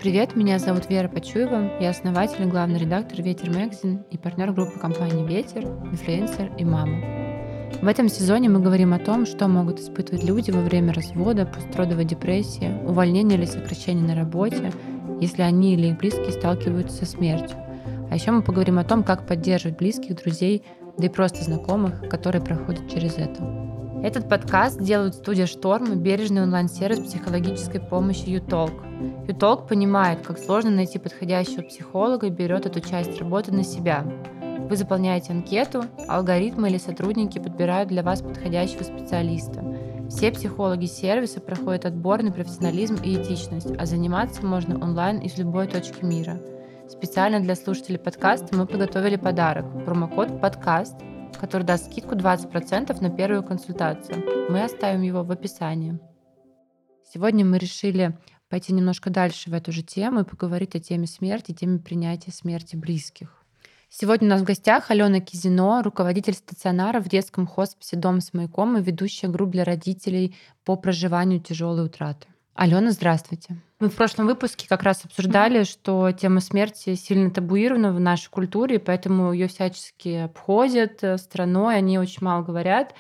привет! Меня зовут Вера Почуева. Я основатель и главный редактор «Ветер Magazine» и партнер группы компании «Ветер», инфлюенсер и мама. В этом сезоне мы говорим о том, что могут испытывать люди во время развода, постродовой депрессии, увольнения или сокращения на работе, если они или их близкие сталкиваются со смертью. А еще мы поговорим о том, как поддерживать близких, друзей, да и просто знакомых, которые проходят через это. Этот подкаст делает студия «Шторм» и бережный онлайн-сервис психологической помощи «Ютолк». «Ютолк» понимает, как сложно найти подходящего психолога и берет эту часть работы на себя. Вы заполняете анкету, алгоритмы или сотрудники подбирают для вас подходящего специалиста. Все психологи сервиса проходят отбор на профессионализм и этичность, а заниматься можно онлайн из любой точки мира. Специально для слушателей подкаста мы подготовили подарок – промокод «Подкаст», который даст скидку 20% на первую консультацию. Мы оставим его в описании. Сегодня мы решили пойти немножко дальше в эту же тему и поговорить о теме смерти, теме принятия смерти близких. Сегодня у нас в гостях Алена Кизино, руководитель стационара в детском хосписе «Дом с маяком» и ведущая групп для родителей по проживанию тяжелой утраты. Алена, здравствуйте. Мы в прошлом выпуске как раз обсуждали, что тема смерти сильно табуирована в нашей культуре, поэтому ее всячески обходят страной, о ней очень мало говорят.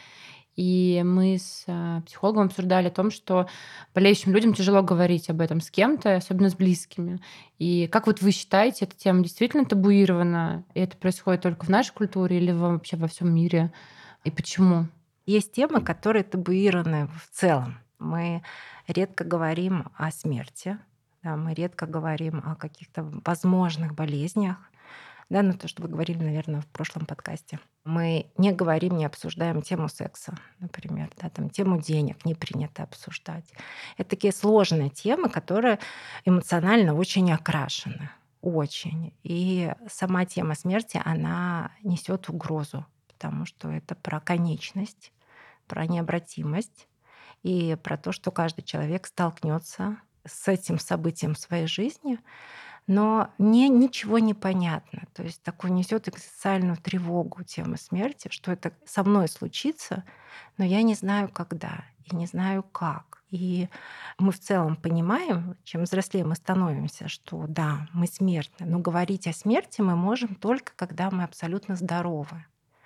И мы с психологом обсуждали о том, что болеющим людям тяжело говорить об этом с кем-то, особенно с близкими. И как вот вы считаете, эта тема действительно табуирована? И это происходит только в нашей культуре или вообще во всем мире? И почему? Есть темы, которые табуированы в целом. Мы редко говорим о смерти, да, мы редко говорим о каких-то возможных болезнях. Да, то, что вы говорили, наверное, в прошлом подкасте. Мы не говорим, не обсуждаем тему секса, например, да, там, тему денег не принято обсуждать. Это такие сложные темы, которые эмоционально очень окрашены. Очень. И сама тема смерти, она несет угрозу, потому что это про конечность, про необратимость и про то, что каждый человек столкнется с этим событием в своей жизни, но мне ничего не понятно. То есть такую несет экзистенциальную тревогу тема смерти, что это со мной случится, но я не знаю когда и не знаю как. И мы в целом понимаем, чем взрослее мы становимся, что да, мы смертны, но говорить о смерти мы можем только когда мы абсолютно здоровы,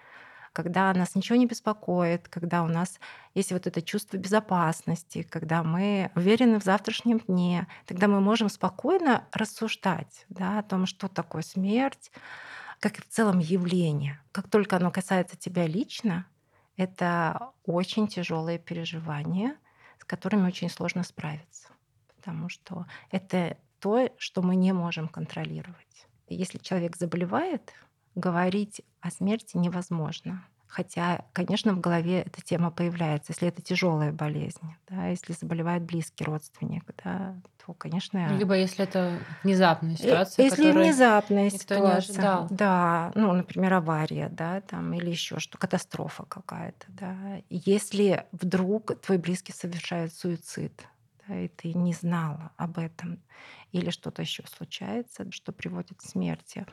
когда нас ничего не беспокоит, когда у нас есть вот это чувство безопасности, когда мы уверены в завтрашнем дне, тогда мы можем спокойно рассуждать, да, о том, что такое смерть, как и в целом явление. Как только оно касается тебя лично, это очень тяжелые переживания, с которыми очень сложно справиться, потому что это то, что мы не можем контролировать. Если человек заболевает, говорить о смерти невозможно. Хотя, конечно, в голове эта тема появляется, если это тяжелая болезнь, да, если заболевает близкий родственник, да, то, конечно, Либо если это внезапная ситуация, если которой внезапная никто не ситуация, ожидал. да, например, авария, да, там, или еще что, катастрофа какая-то, да. Если вдруг твой близкий совершает суицид, да, и ты не знала об этом, или что-то еще случается, что приводит к смерти,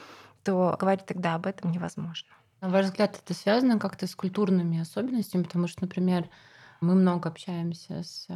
то говорить тогда об этом невозможно. На ваш взгляд, это связано как-то с культурными особенностями? Потому что, например, мы много общаемся с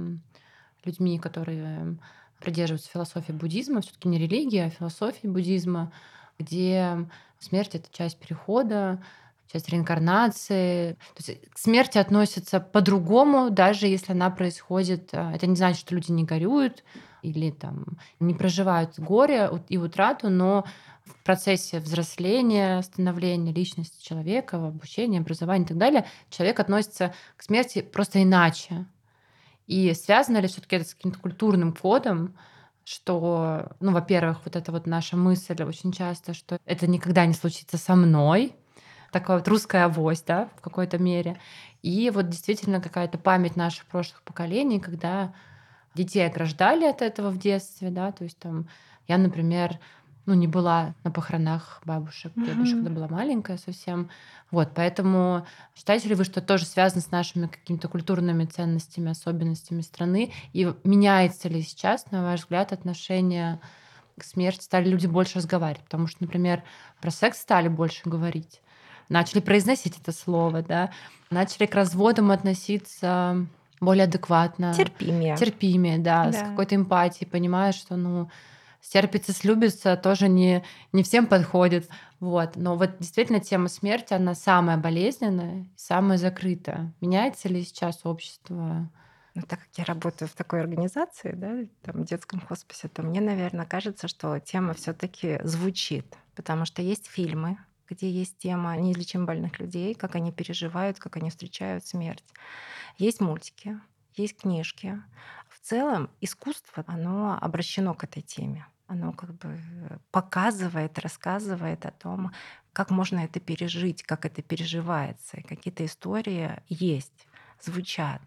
людьми, которые придерживаются философии буддизма, все таки не религии, а философии буддизма, где смерть — это часть перехода, часть реинкарнации. То есть к смерти относятся по-другому, даже если она происходит. Это не значит, что люди не горюют или там не проживают горе и утрату, но в процессе взросления, становления личности человека, обучения, образования и так далее, человек относится к смерти просто иначе. И связано ли все таки это с каким-то культурным кодом, что, во-первых, вот эта вот наша мысль очень часто, что это никогда не случится со мной, такая вот русская авось, да, в какой-то мере. И вот действительно какая-то память наших прошлых поколений, когда детей ограждали от этого в детстве, да, то есть там я, например, не была на похоронах бабушек, дедушек, Мгм. когда была маленькая совсем. Вот, поэтому считаете ли вы, что это тоже связано с нашими какими-то культурными ценностями, особенностями страны? И меняется ли сейчас, на ваш взгляд, отношение к смерти? Стали люди больше разговаривать? Потому что, например, про секс стали больше говорить, начали произносить это слово, да, начали к разводам относиться более адекватно, Терпимее. терпимее, да, с Да. какой-то эмпатией, понимаешь, что, ну, стерпится, слюбится тоже не всем подходит. Вот. Но вот действительно тема смерти, она самая болезненная, самая закрытая. Меняется ли сейчас общество? Но так как я работаю в такой организации, да, там, детском хосписе, то мне, наверное, кажется, что тема все таки звучит. Потому что есть фильмы, где есть тема неизлечимо больных людей, как они переживают, как они встречают смерть. Есть мультики, есть книжки. В целом искусство, оно обращено к этой теме. Оно как бы показывает, рассказывает о том, как можно это пережить, как это переживается. И какие-то истории есть, звучат.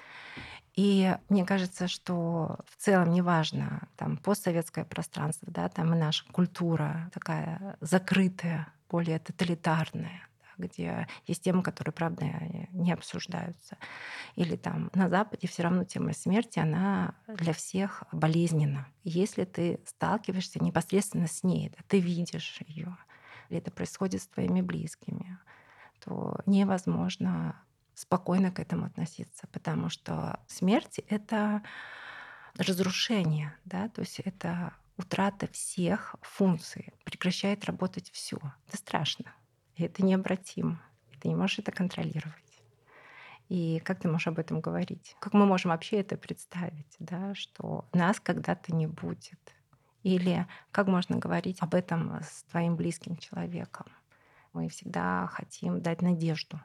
И мне кажется, что в целом неважно, там постсоветское пространство, да, там и наша культура такая закрытая, более тоталитарная, да, где есть темы, которые, правда, не обсуждаются. Или там на Западе все равно тема смерти, она для всех болезненна. Если ты сталкиваешься непосредственно с ней, да, ты видишь ее, или это происходит с твоими близкими, то невозможно спокойно к этому относиться, потому что смерть — это разрушение, да, то есть это утрата всех функций, прекращает работать все. Это страшно, и это необратимо, и ты не можешь это контролировать. И как ты можешь об этом говорить? Как мы можем вообще это представить, да, что нас когда-то не будет? Или как можно говорить об этом с твоим близким человеком? Мы всегда хотим дать надежду.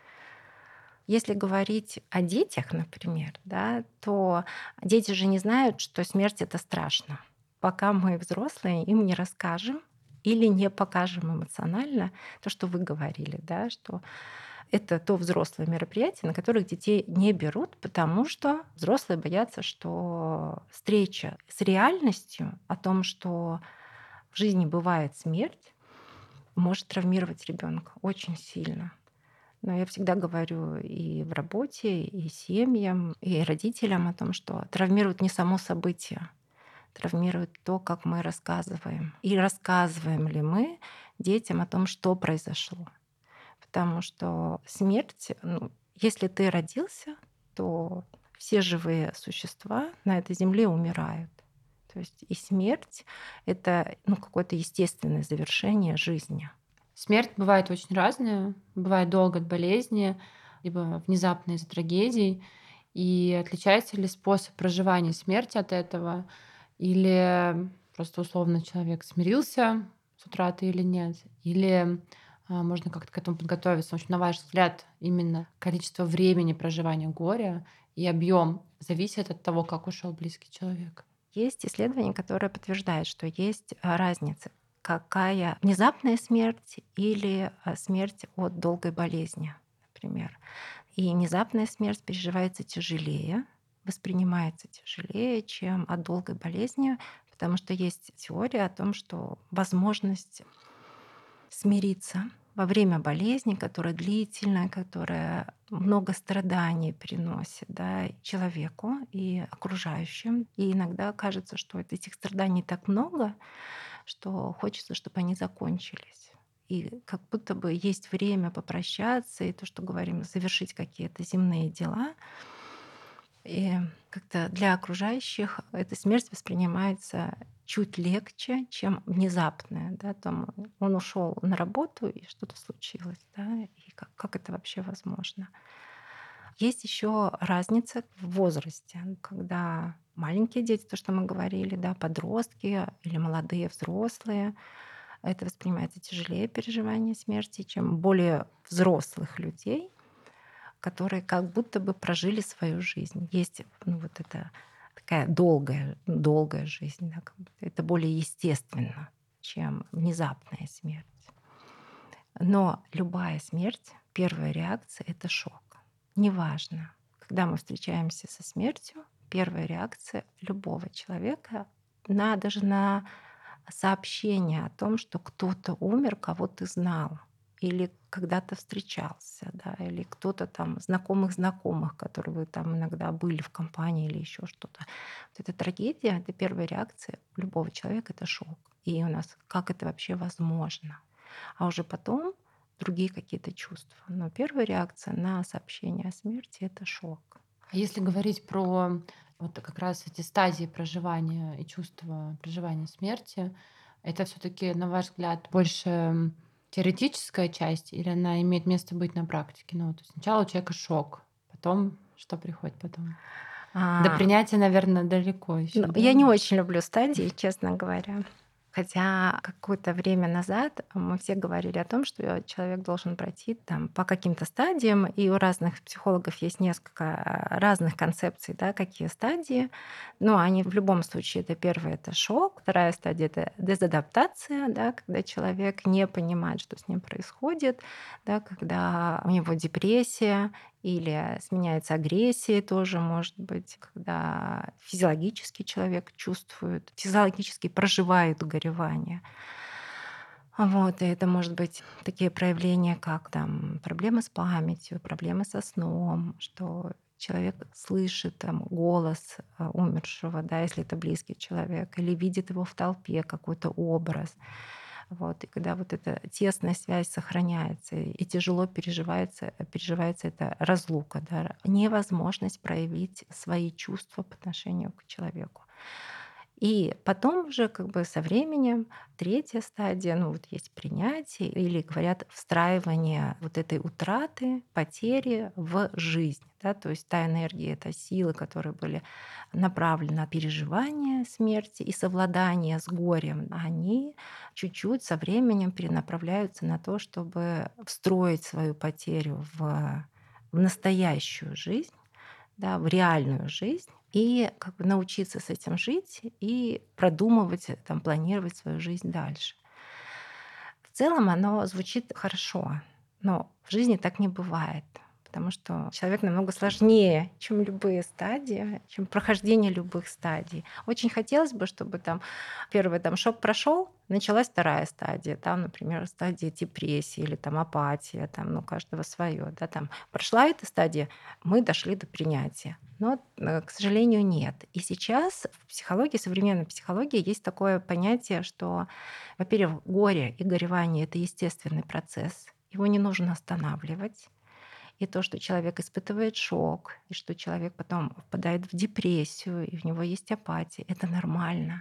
Если говорить о детях, например, да, то дети же не знают, что смерть — это страшно. Пока мы, взрослые, им не расскажем или не покажем эмоционально то, что вы говорили, да, что это то взрослое мероприятие, на которых детей не берут, потому что взрослые боятся, что встреча с реальностью о том, что в жизни бывает смерть, может травмировать ребенка очень сильно. Но я всегда говорю и в работе, и семьям, и родителям о том, что травмирует не само событие, травмирует то, как мы рассказываем. И рассказываем ли мы детям о том, что произошло. Потому что смерть, ну, если ты родился, то все живые существа на этой земле умирают. То есть и смерть — это, ну, какое-то естественное завершение жизни. Смерть бывает очень разная. Бывает долго от болезни, либо внезапно из-за трагедий. И отличается ли способ проживания смерти от этого? Или просто условно человек смирился с утратой или нет? Или можно как-то к этому подготовиться? В общем, на ваш взгляд, именно количество времени проживания горя и объем зависит от того, как ушел близкий человек? Есть исследования, которые подтверждают, что есть разница, какая внезапная смерть или смерть от долгой болезни, например. И внезапная смерть переживается тяжелее, воспринимается тяжелее, чем от долгой болезни, потому что есть теория о том, что возможность смириться во время болезни, которая длительная, которая много страданий приносит, да, и человеку и окружающим. И иногда кажется, что этих страданий так много, что хочется, чтобы они закончились. И как будто бы есть время попрощаться, и то, что говорим, завершить какие-то земные дела. И как-то для окружающих эта смерть воспринимается чуть легче, чем внезапная. Да, там он ушел на работу, и что-то случилось. Да, и как это вообще возможно? Есть еще разница в возрасте, когда маленькие дети, то, что мы говорили, да, подростки или молодые взрослые, это воспринимается тяжелее переживание смерти, чем более взрослых людей, которые как будто бы прожили свою жизнь. Есть, ну, вот это такая долгая жизнь, да, как будто это более естественно, чем внезапная смерть. Но любая смерть, первая реакция — это шок. Неважно, когда мы встречаемся со смертью, первая реакция любого человека даже на сообщение о том, что кто-то умер, кого ты знал, или когда-то встречался, да, или кто-то там знакомых знакомых, которые вы там иногда были в компании или еще что-то. Вот эта трагедия, это первая реакция любого человека, это шок. И у нас как это вообще возможно? А уже потом другие какие-то чувства. Но первая реакция на сообщение о смерти — это шок. А если говорить про вот как раз эти стадии проживания и чувства проживания смерти, это все таки на ваш взгляд, больше, теоретическая часть или она имеет место быть на практике? Ну, вот сначала у человека шок, потом что приходит потом? До А, принятия, наверное, далеко еще, Ну, да? я не очень люблю стадии, честно говоря. Хотя какое-то время назад мы все говорили о том, что человек должен пройти там по каким-то стадиям, и у разных психологов есть несколько разных концепций, да, какие стадии. Но они в любом случае, это первое, это шок, вторая стадия это дезадаптация, да, когда человек не понимает, что с ним происходит, да, когда у него депрессия, или сменяется агрессией тоже, может быть, когда физиологически человек чувствует, физиологически проживает горевание. Вот, и это может быть такие проявления, как там проблемы с памятью, проблемы со сном, что человек слышит там голос умершего, да, если это близкий человек, или видит его в толпе, какой-то образ. Вот. И когда вот эта тесная связь сохраняется и тяжело переживается эта разлука, да, невозможность проявить свои чувства по отношению к человеку. И потом уже как бы со временем третья стадия, ну вот есть принятие или говорят встраивание вот этой утраты, потери в жизнь. Да, то есть та энергия, та силы, которые были направлены на переживание смерти и совладание с горем, они чуть-чуть со временем перенаправляются на то, чтобы встроить свою потерю в настоящую жизнь, да, в реальную жизнь и как бы научиться с этим жить и продумывать, там, планировать свою жизнь дальше. В целом оно звучит хорошо, но в жизни так не бывает, потому что человек намного сложнее, чем любые стадии, чем прохождение любых стадий. Очень хотелось бы, чтобы там первый там шок прошел, началась вторая стадия, там, например, стадия депрессии или там апатия, там, ну, у каждого свое, да, там прошла эта стадия, мы дошли до принятия. Но, к сожалению, нет. И сейчас в психологии, современной психологии есть такое понятие, что, во-первых, горе и горевание — это естественный процесс, его не нужно останавливать. И то, что человек испытывает шок, и что человек потом впадает в депрессию, и у него есть апатия — это нормально.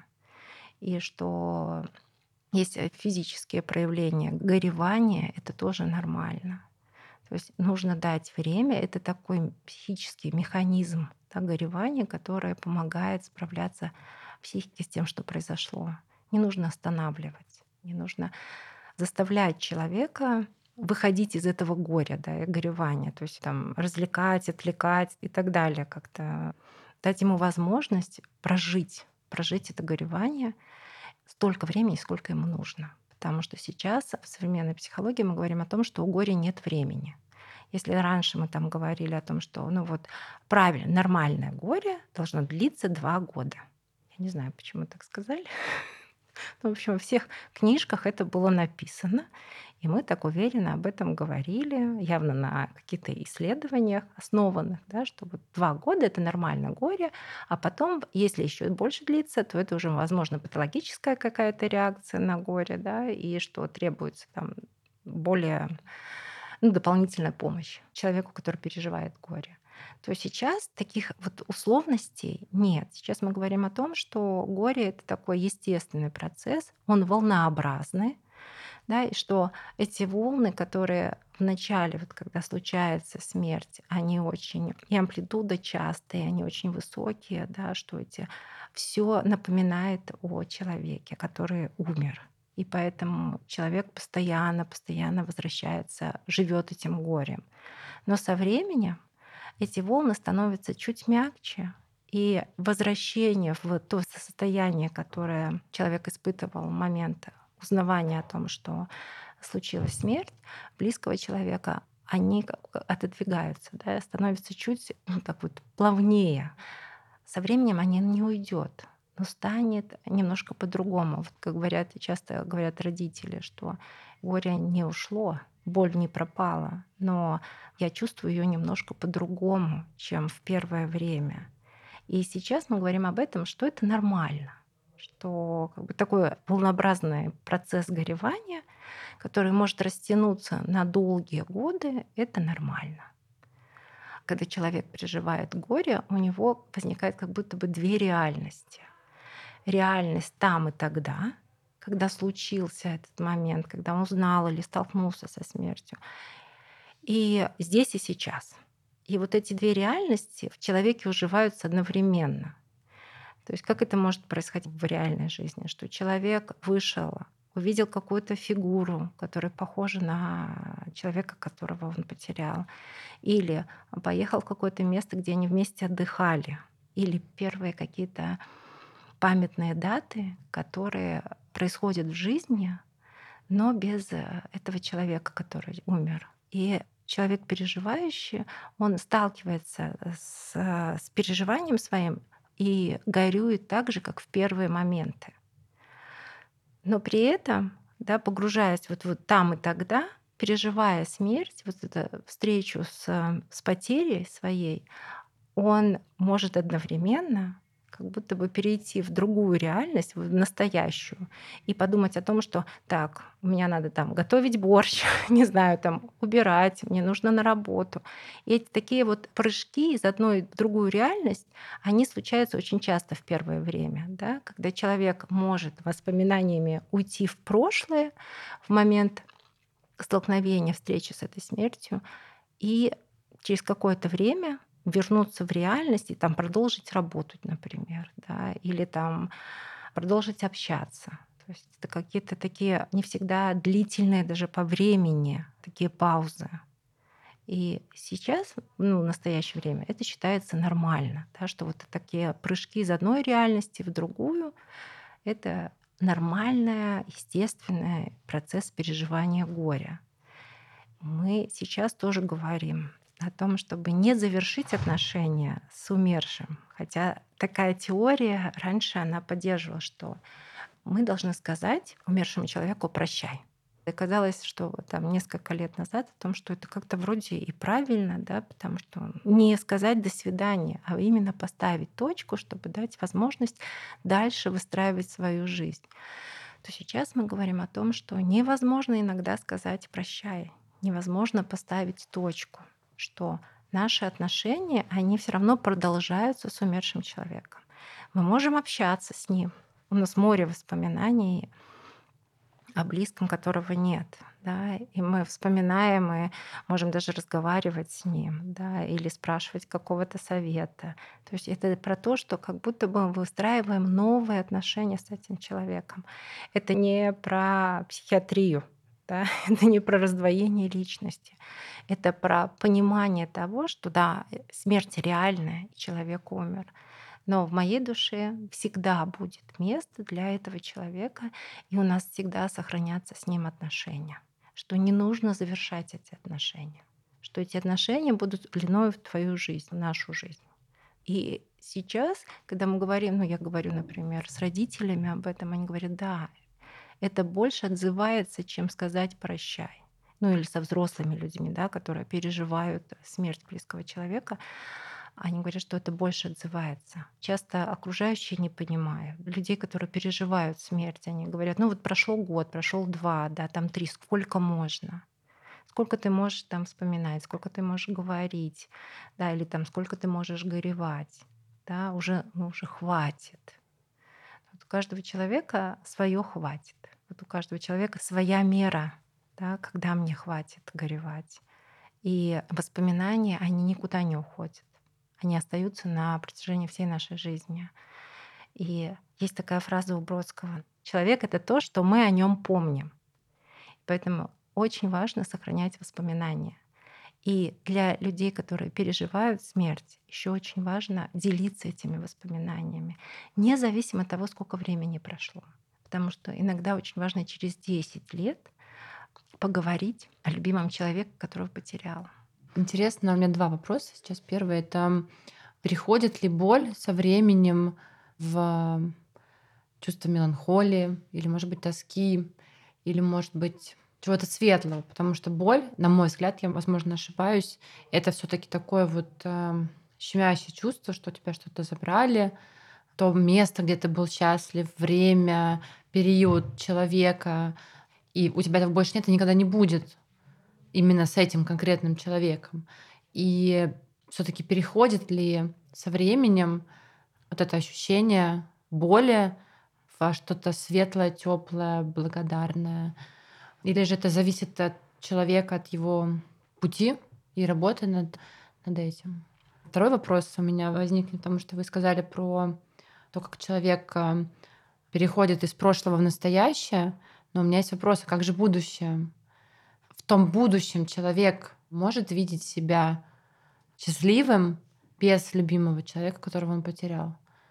И что есть физические проявления горевания — это тоже нормально. То есть нужно дать время. Это такой психический механизм, да, горевания, который помогает справляться психике с тем, что произошло. Не нужно останавливать, не нужно заставлять человека выходить из этого горя, да, и горевания, то есть там развлекать, отвлекать и так далее, как-то дать ему возможность прожить это горевание столько времени, сколько ему нужно. Потому что сейчас в современной психологии мы говорим о том, что у горя нет времени. Если раньше мы там говорили о том, что ну вот правильно, нормальное горе должно длиться 2 года. Я не знаю, почему так сказали. Ну, в общем, во всех книжках это было написано, и мы так уверенно об этом говорили, явно на каких-то исследованиях основанных, да, что вот 2 года — это нормально горе, а потом, если еще больше длится, то это уже, возможно, патологическая какая-то реакция на горе, да, и что требуется там более, ну, дополнительная помощь человеку, который переживает горе. То сейчас таких вот условностей нет. Сейчас мы говорим о том, что горе — это такой естественный процесс, он волнообразный, да, и что эти волны, которые в начале, вот когда случается смерть, они очень, и амплитуда частые, они очень высокие, да, что эти все напоминает о человеке, который умер. И поэтому человек постоянно возвращается, живет этим горем. Но со временем эти волны становятся чуть мягче, и возвращение в то состояние, которое человек испытывал в момент узнавания о том, что случилась смерть близкого человека, они как бы отодвигаются, да, становятся чуть ну, так вот плавнее. Со временем они не уйдет, но станет немножко по-другому. Вот как говорят, часто говорят родители, что горе не ушло, боль не пропала, но я чувствую ее немножко по-другому, чем в первое время. И сейчас мы говорим об этом, что это нормально, что как бы такой волнообразный процесс горевания, который может растянуться на долгие годы, это нормально. Когда человек переживает горе, у него возникает как будто бы две реальности. Реальность там и тогда, когда случился этот момент, когда он узнал или столкнулся со смертью, и здесь и сейчас. И вот эти две реальности в человеке уживаются одновременно. То есть как это может происходить в реальной жизни? Что человек вышел, увидел какую-то фигуру, которая похожа на человека, которого он потерял, или поехал в какое-то место, где они вместе отдыхали, или первые какие-то памятные даты, которые происходят в жизни, но без этого человека, который умер. И человек переживающий, он сталкивается с переживанием своим и горюет так же, как в первые моменты. Но при этом, да, погружаясь вот там и тогда, переживая смерть, вот эту встречу с потерей своей, он может одновременно как будто бы перейти в другую реальность, в настоящую, и подумать о том, что так, меня надо там готовить борщ, не знаю, там убирать, мне нужно на работу. И эти такие вот прыжки из одной в другую реальность, они случаются очень часто в первое время, да, когда человек может воспоминаниями уйти в прошлое в момент столкновения, встречи с этой смертью, и через какое-то время вернуться в реальность и там продолжить работать, например, да, или там продолжить общаться. То есть это какие-то такие не всегда длительные даже по времени такие паузы. И сейчас, ну, в настоящее время, это считается нормально, да, что вот такие прыжки из одной реальности в другую — это нормальный, естественный процесс переживания горя. Мы сейчас тоже говорим о том, чтобы не завершить отношения с умершим. Хотя такая теория раньше она поддерживала, что мы должны сказать умершему человеку «прощай». И казалось, что вот там несколько лет назад о том, что это как-то вроде и правильно, да, потому что не сказать «до свидания», а именно поставить точку, чтобы дать возможность дальше выстраивать свою жизнь. То сейчас мы говорим о том, что невозможно иногда сказать «прощай», невозможно поставить точку, что наши отношения, они все равно продолжаются с умершим человеком. Мы можем общаться с ним, у нас море воспоминаний о близком, которого нет. Да, и мы вспоминаем, и можем даже разговаривать с ним, да, или спрашивать какого-то совета. То есть это про то, что как будто бы мы выстраиваем новые отношения с этим человеком. Это не про психиатрию, да, это не про раздвоение личности. Это про понимание того, что да, смерть реальная, и человек умер. Но в моей душе всегда будет место для этого человека, и у нас всегда сохранятся с ним отношения. Что не нужно завершать эти отношения. Что эти отношения будут длиной в твою жизнь, в нашу жизнь. И сейчас, когда мы говорим, ну я говорю, например, с родителями об этом, они говорят, да, это больше отзывается, чем сказать прощай. Ну или со взрослыми людьми, да, которые переживают смерть близкого человека, они говорят, что это больше отзывается. Часто окружающие не понимают. Людей, которые переживают смерть, они говорят, ну вот прошел год, прошел два, да, там три, сколько можно? Сколько ты можешь там вспоминать, сколько ты можешь говорить, да, или там сколько ты можешь горевать, да, уже, ну, уже хватит. Вот у каждого человека свое хватит. Вот у каждого человека своя мера, да, когда мне хватит горевать. И воспоминания, они никуда не уходят. Они остаются на протяжении всей нашей жизни. И есть такая фраза у Бродского: «Человек — это то, что мы о нем помним». Поэтому очень важно сохранять воспоминания. И для людей, которые переживают смерть, еще очень важно делиться этими воспоминаниями, независимо от того, сколько времени прошло. Потому что иногда очень важно через 10 лет поговорить о любимом человеке, которого потерял. Интересно, у меня 2 вопроса сейчас. Первый — это переходит ли боль со временем в чувство меланхолии или, может быть, тоски, или, может быть, чего-то светлого? Потому что боль, на мой взгляд, я, возможно, ошибаюсь, это все таки такое вот, щемящее чувство, что у тебя что-то забрали, то место, где ты был счастлив, время, период человека, и у тебя этого больше нет и никогда не будет именно с этим конкретным человеком. И все таки переходит ли со временем вот это ощущение боли во что-то светлое, теплое, благодарное? Или же это зависит от человека, от его пути и работы над этим? Второй вопрос у меня возник, потому что вы сказали про то, как человек, переходит из прошлого в настоящее. Но у меня есть вопрос: а как же будущее? В том будущем человек может видеть себя счастливым без любимого человека, которого он потерял?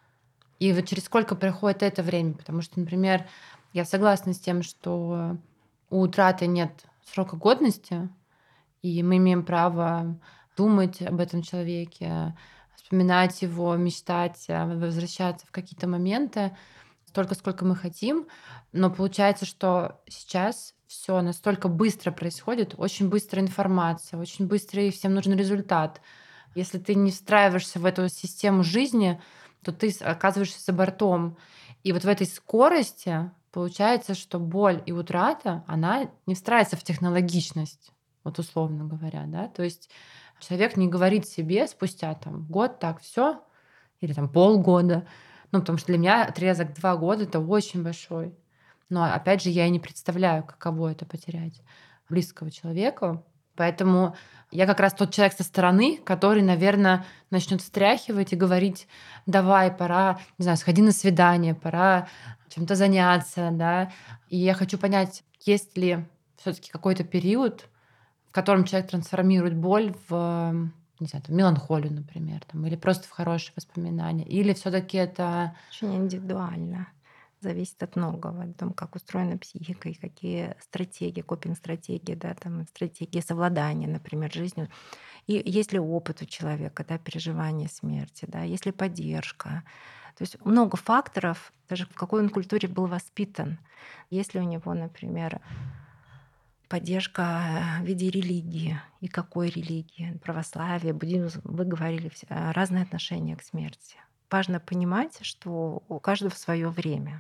И вот через сколько проходит это время? Потому что, например, я согласна с тем, что у утраты нет срока годности, и мы имеем право думать об этом человеке, вспоминать его, мечтать, возвращаться в какие-то моменты столько, сколько мы хотим. Но получается, что сейчас все настолько быстро происходит, очень быстрая информация, очень быстрый всем нужен результат. Если ты не встраиваешься в эту систему жизни, то ты оказываешься за бортом. И вот в этой скорости получается, что боль и утрата, она не встраивается в технологичность, вот условно говоря, да. То есть человек не говорит себе спустя там год: "Так, все или там полгода". Ну, потому что для меня отрезок 2 года — это очень большой. Но опять же, я и не представляю, каково это — потерять близкого человека. Поэтому я как раз тот человек со стороны, который, наверное, начнет встряхивать и говорить: "Давай, пора, не знаю, сходи на свидание, пора чем-то заняться", да. И я хочу понять, есть ли все таки какой-то период, в котором человек трансформирует боль в, не знаю, там, меланхолию, например, там, или просто в хорошие воспоминания, или все таки это... Очень индивидуально. Зависит от многого, о том, как устроена психика и какие стратегии, копинг-стратегии, да, там, стратегии совладания, например, жизнью. И есть ли опыт у человека, да, переживания смерти, да, есть ли поддержка. То есть много факторов, даже в какой он культуре был воспитан. Если у него, например, поддержка в виде религии, и какой религии, православие, буддизм, вы говорили, разные отношения к смерти. Важно понимать, что у каждого свое время.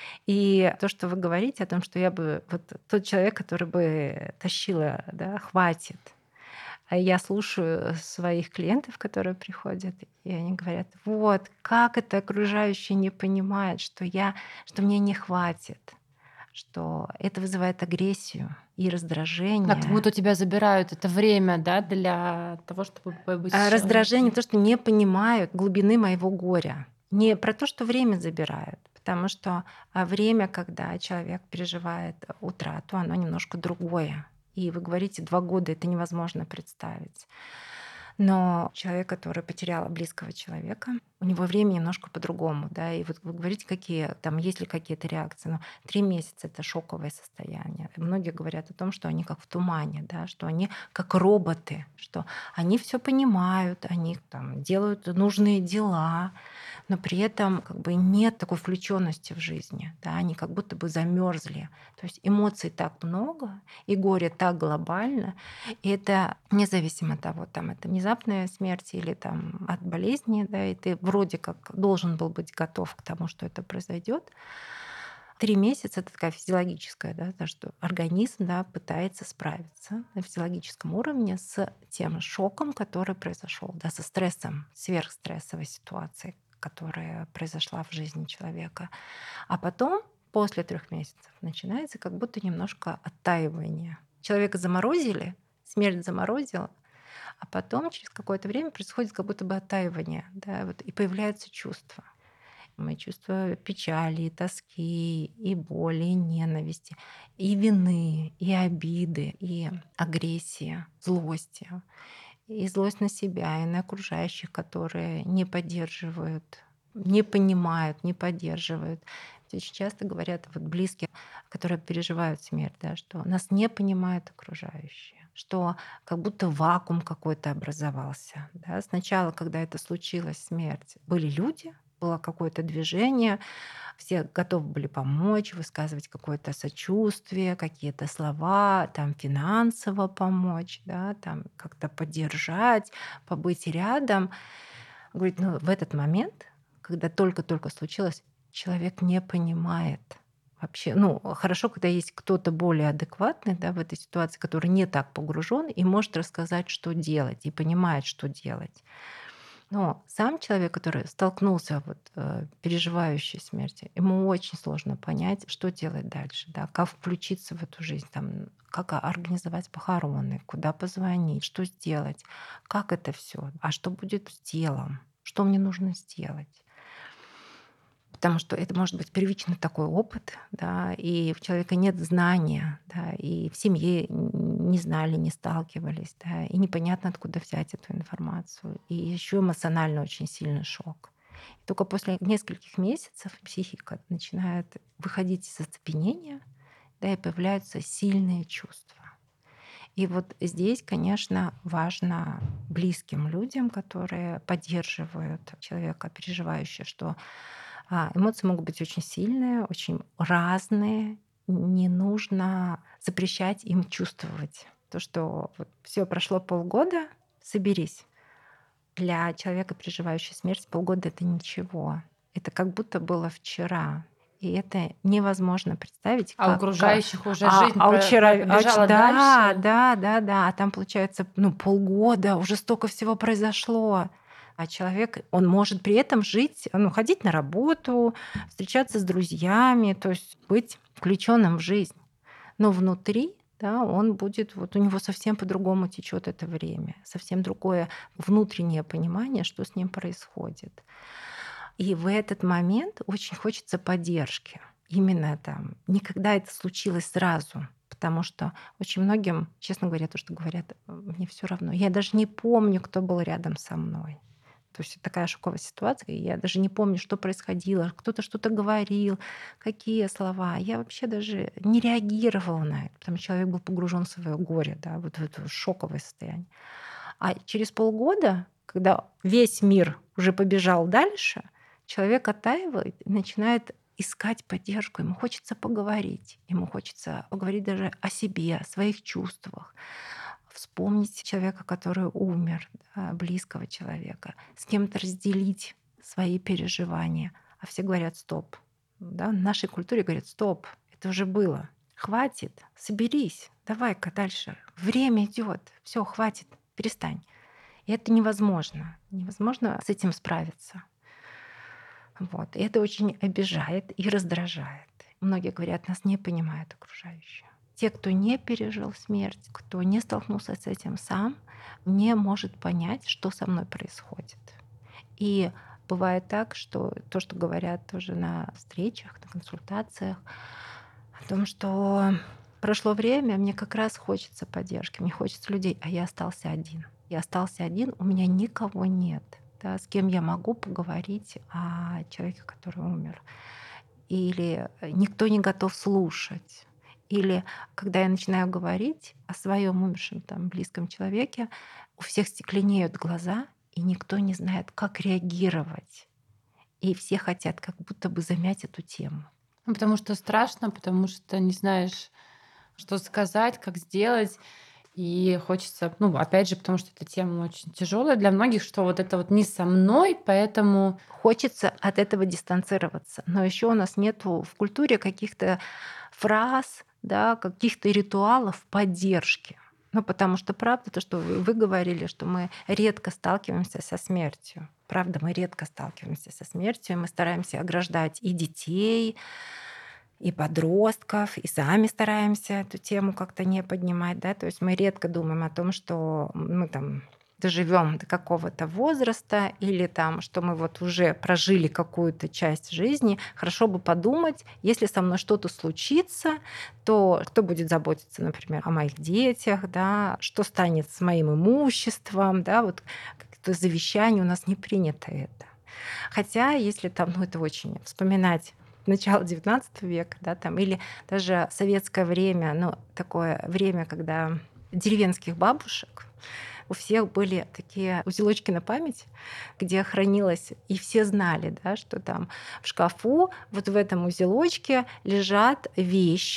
И то, что вы говорите о том, что я бы вот тот человек, который бы тащила, да, хватит. А я слушаю своих клиентов, которые приходят, и они говорят: "Вот как это окружающие не понимают, что мне не хватит, что это вызывает агрессию и Да, как будто раздражение". у тебя забирают это время, да, для того, чтобы побыть с А раздражение, человеком. то, что не понимают глубины моего горя. Не про то, что время забирают, потому что, время, когда человек переживает утрату, оно немножко другое. И вы говорите, 2 года — это невозможно представить. Но человек, который потерял близкого человека, у него время немножко по-другому, да. И вот вы говорите, какие там есть ли какие-то реакции. Но 3 месяца — это шоковое состояние. И многие говорят о том, что они как в тумане, да, что они как роботы, что они все понимают, они там делают нужные дела, но при этом как бы нет такой включенности в жизни, да, они как будто бы замерзли. То есть эмоций так много, и горе так глобально, и это независимо от того, там это внезапная смерть или там от болезни, да, и ты вроде как должен был быть готов к тому, что это произойдет. 3 месяца — это такая физиологическая, да, то, что организм, да, пытается справиться на физиологическом уровне с тем шоком, который произошел, да, со стрессом, сверхстрессовой ситуацией, которая произошла в жизни человека. А потом, после 3 месяцев, начинается как будто немножко оттаивание. Человека заморозили, смерть заморозила, а потом через какое-то время происходит как будто бы оттаивание, да, вот, и появляются чувства. Мы чувства печали, и тоски, и боли, и ненависти, и вины, и обиды, и агрессии, злости. И злость на себя, и на окружающих, которые не поддерживают, не понимают, не поддерживают. Ведь очень часто говорят вот близкие, которые переживают смерть, да, что нас не понимают окружающие, что как будто вакуум какой-то образовался. Да. Сначала, когда это случилось, смерть, были люди, было какое-то движение, все готовы были помочь, высказывать какое-то сочувствие, какие-то слова, там финансово помочь, да, там как-то поддержать, побыть рядом. Говорит, ну в этот момент, когда только-только случилось, человек не понимает. Вообще, ну, хорошо, когда есть кто-то более адекватный, да, в этой ситуации, который не так погружен и может рассказать, что делать, и понимает, что делать. Но сам человек, который столкнулся, вот, переживающий смерть, ему очень сложно понять, что делать дальше, да, как включиться в эту жизнь, там, как организовать похороны, куда позвонить, что сделать, как это все, а что будет с телом, что мне нужно сделать. Потому что это может быть первичный такой опыт, да, и у человека нет знания, да, и в семье не знали, не сталкивались, да, и непонятно, откуда взять эту информацию. И еще эмоционально очень сильный шок. И только после нескольких месяцев психика начинает выходить из оцепенения, да, и появляются сильные чувства. И вот здесь, конечно, важно близким людям, которые поддерживают человека, переживающего, что эмоции могут быть очень сильные, очень разные. Не нужно запрещать им чувствовать. То, что вот все прошло полгода, соберись. Для человека, переживающего смерть, полгода это ничего. Это как будто было вчера. И это невозможно представить, А у как окружающих уже жизнь побежала да, дальше. да, да, да, а там получается, ну, полгода, уже столько всего произошло. А человек, он может при этом жить, ну, ходить на работу, встречаться с друзьями, то есть быть включенным в жизнь. Но внутри, да, он будет, вот у него совсем по-другому течет это время, совсем другое внутреннее понимание, что с ним происходит. И в этот момент очень хочется поддержки. Именно там. Никогда это случилось сразу. Потому что очень многим, честно говоря, то, что говорят, мне все равно. Я даже не помню, кто был рядом со мной. То есть такая шоковая ситуация. И я даже не помню, что происходило. Кто-то что-то говорил, какие слова. Я вообще даже не реагировала на это, потому что человек был погружен в свое горе, да, вот в это шоковое состояние. А через полгода, когда весь мир уже побежал дальше, человек оттаивает и начинает искать поддержку. Ему хочется поговорить. Ему хочется поговорить даже о себе, о своих чувствах. Вспомнить человека, который умер, да, близкого человека. С кем-то разделить свои переживания. А все говорят «стоп». Да, в нашей культуре говорят «стоп, это уже было. Хватит, соберись, давай-ка дальше. Время идет, все, хватит, перестань». И это невозможно. Невозможно с этим справиться. Вот. И это очень обижает и раздражает. Многие говорят, нас не понимают окружающие. Те, кто не пережил смерть, кто не столкнулся с этим сам, не может понять, что со мной происходит. И бывает так, что то, что говорят тоже на встречах, на консультациях, о том, что прошло время, мне как раз хочется поддержки, мне хочется людей, а я остался один. Я остался один, у меня никого нет, да, с кем я могу поговорить о человеке, который умер. Или никто не готов слушать. Или когда я начинаю говорить о своем умершем там, близком человеке, у всех стекленеют глаза, и никто не знает, как реагировать. И все хотят как будто бы замять эту тему. Ну, потому что страшно, потому что не знаешь, что сказать, как сделать. И хочется, ну, опять же, потому что эта тема очень тяжелая для многих, что вот это вот не со мной, поэтому Хочется от этого дистанцироваться. Но еще у нас нету в культуре каких-то фраз, да, каких-то ритуалов поддержки. Ну, потому что правда, то, что вы говорили, что мы редко сталкиваемся со смертью. Правда, мы редко сталкиваемся со смертью, и мы стараемся ограждать и детей, и подростков, и сами стараемся эту тему как-то не поднимать, да, то есть мы редко думаем о том, что мы там доживем до какого-то возраста или там, что мы вот уже прожили какую-то часть жизни. Хорошо бы подумать, если со мной что-то случится, то кто будет заботиться, например, о моих детях, да, что станет с моим имуществом, да, вот как-то завещание у нас не принято это. Хотя, если там, ну это очень вспоминать начало XIX века, да, там, или даже советское время, ну, такое время, когда деревенских бабушек, у всех были такие узелочки на память, где хранилось, и все знали, да, что там в шкафу, вот в этом узелочке лежат вещи,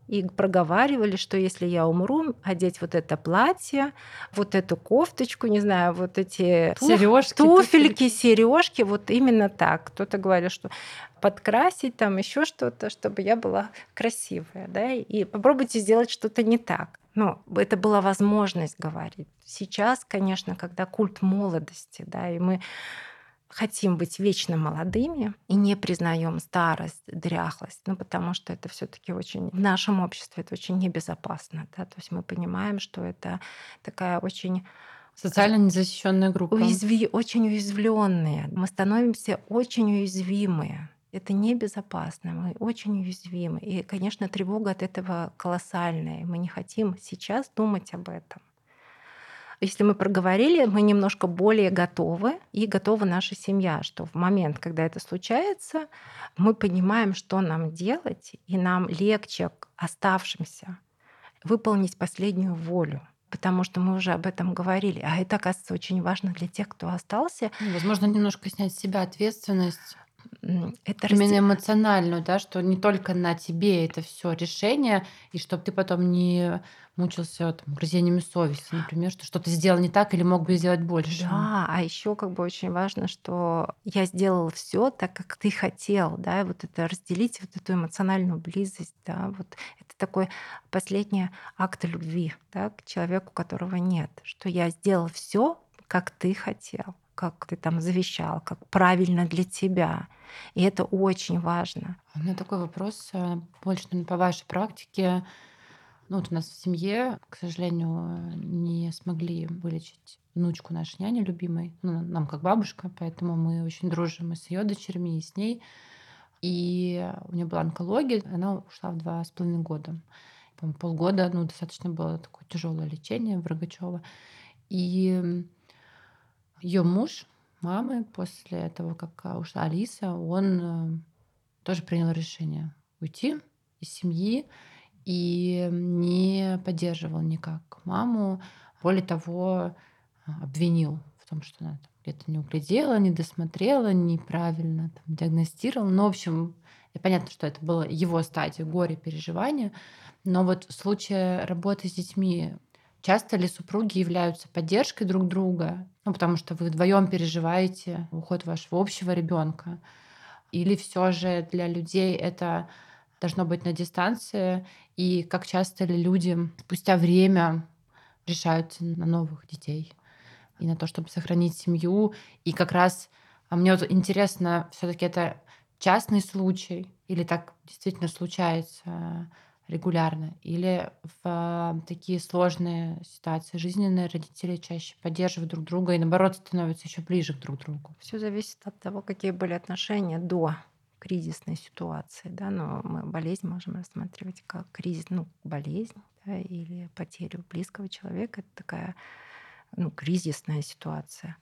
и проговаривали, что если я умру, одеть вот это платье, вот эту кофточку, не знаю, вот эти Сережки, туфельки, туфельки. сережки, вот именно так. Кто-то говорил, что подкрасить там еще что-то, чтобы я была красивая, да, и попробуйте сделать что-то не так. Ну, это была возможность говорить. Сейчас, конечно, когда культ молодости, да, и мы хотим быть вечно молодыми и не признаем старость, дряхлость, ну, потому что это все-таки очень в нашем обществе это очень небезопасно, да, то есть мы понимаем, что это такая очень Социально незащищенная группа. очень уязвленные, мы становимся очень уязвимые. Это небезопасно, мы очень уязвимы. И, конечно, тревога от этого колоссальная. И мы не хотим сейчас думать об этом. Если мы проговорили, мы немножко более готовы, и готова наша семья, что в момент, когда это случается, мы понимаем, что нам делать, и нам легче к оставшимся выполнить последнюю волю. Потому что мы уже об этом говорили. А это, оказывается, очень важно для тех, кто остался. Ну, возможно, немножко снять с себя ответственность. Это Именно эмоциональную, да, что не только на тебе это все решение, и чтобы ты потом не мучился там угрызениями совести, например, что что-то сделал не так или мог бы сделать больше. Да, а еще как бы очень важно, что я сделала все так, как ты хотел, да, и вот это разделить вот эту эмоциональную близость, да, вот это такой последний акт любви, да, к человеку, которого нет, что я сделал все, как ты хотел, как ты там завещал, как правильно для тебя, и это очень важно. У меня такой вопрос, больше, наверно, по вашей практике. Ну, вот у нас в семье, к сожалению, не смогли вылечить внучку нашей няни любимой, ну, нам как бабушка, поэтому мы очень дружим и с ее дочерьми, и с ней. И у нее была онкология, она ушла в 2,5 года. По-моему, полгода, ну, достаточно было такое тяжелое лечение в Рогачево. И ее муж мамы после того, как ушла Алиса, он тоже принял решение уйти из семьи и не поддерживал никак маму. Более того, обвинил в том, что она там где-то не углядела, не досмотрела, неправильно там диагностировала. Ну, в общем, и понятно, что это была его стадия горя, переживания. Но вот в случае работы с детьми часто ли супруги являются поддержкой друг друга? Ну, потому что вы вдвоем переживаете уход вашего общего ребенка. Или все же для людей это должно быть на дистанции? И как часто ли люди спустя время решаются на новых детей и на то, чтобы сохранить семью? И как раз, мне вот интересно, все таки это частный случай или так действительно случается регулярно? Или в такие сложные ситуации жизненные родители чаще поддерживают друг друга и, наоборот, становятся еще ближе к друг другу? Все зависит от того, какие были отношения до кризисной ситуации, да, но мы болезнь можем рассматривать как кризис, ну, болезнь, да, или потерю близкого человека. Это такая, ну, кризисная ситуация.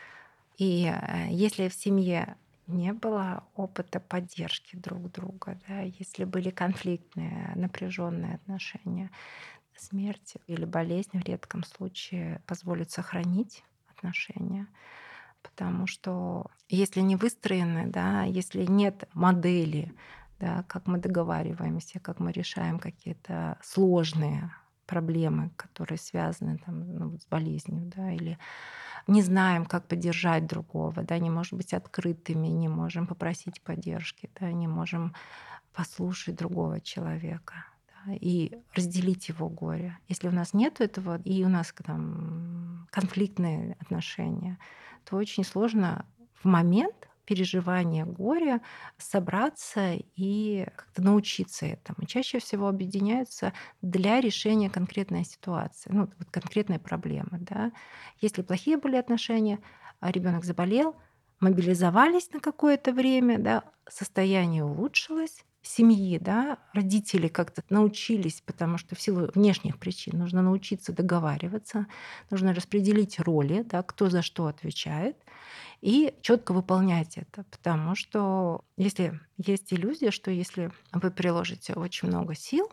И если в семье не было опыта поддержки друг друга, да, если были конфликтные, напряженные отношения, смерть или болезнь в редком случае позволит сохранить отношения. Потому что если не выстроены, да, если нет модели, да, как мы договариваемся, как мы решаем какие-то сложные проблемы, которые связаны там, ну, вот с болезнью, да, или не знаем, как поддержать другого, да, не можем быть открытыми, не можем попросить поддержки, да, не можем послушать другого человека, да, и разделить его горе. Если у нас нет этого, и у нас там конфликтные отношения, то очень сложно в момент переживания горя собраться и как-то научиться этому. Чаще всего объединяются для решения конкретной ситуации, ну, вот конкретной проблемы. Да. Если плохие были отношения, а ребенок заболел, мобилизовались на какое-то время, да, состояние улучшилось, семьи, да, родители как-то научились, потому что в силу внешних причин нужно научиться договариваться, нужно распределить роли, да, кто за что отвечает, и четко выполнять это. Потому что если есть иллюзия, что если вы приложите очень много сил,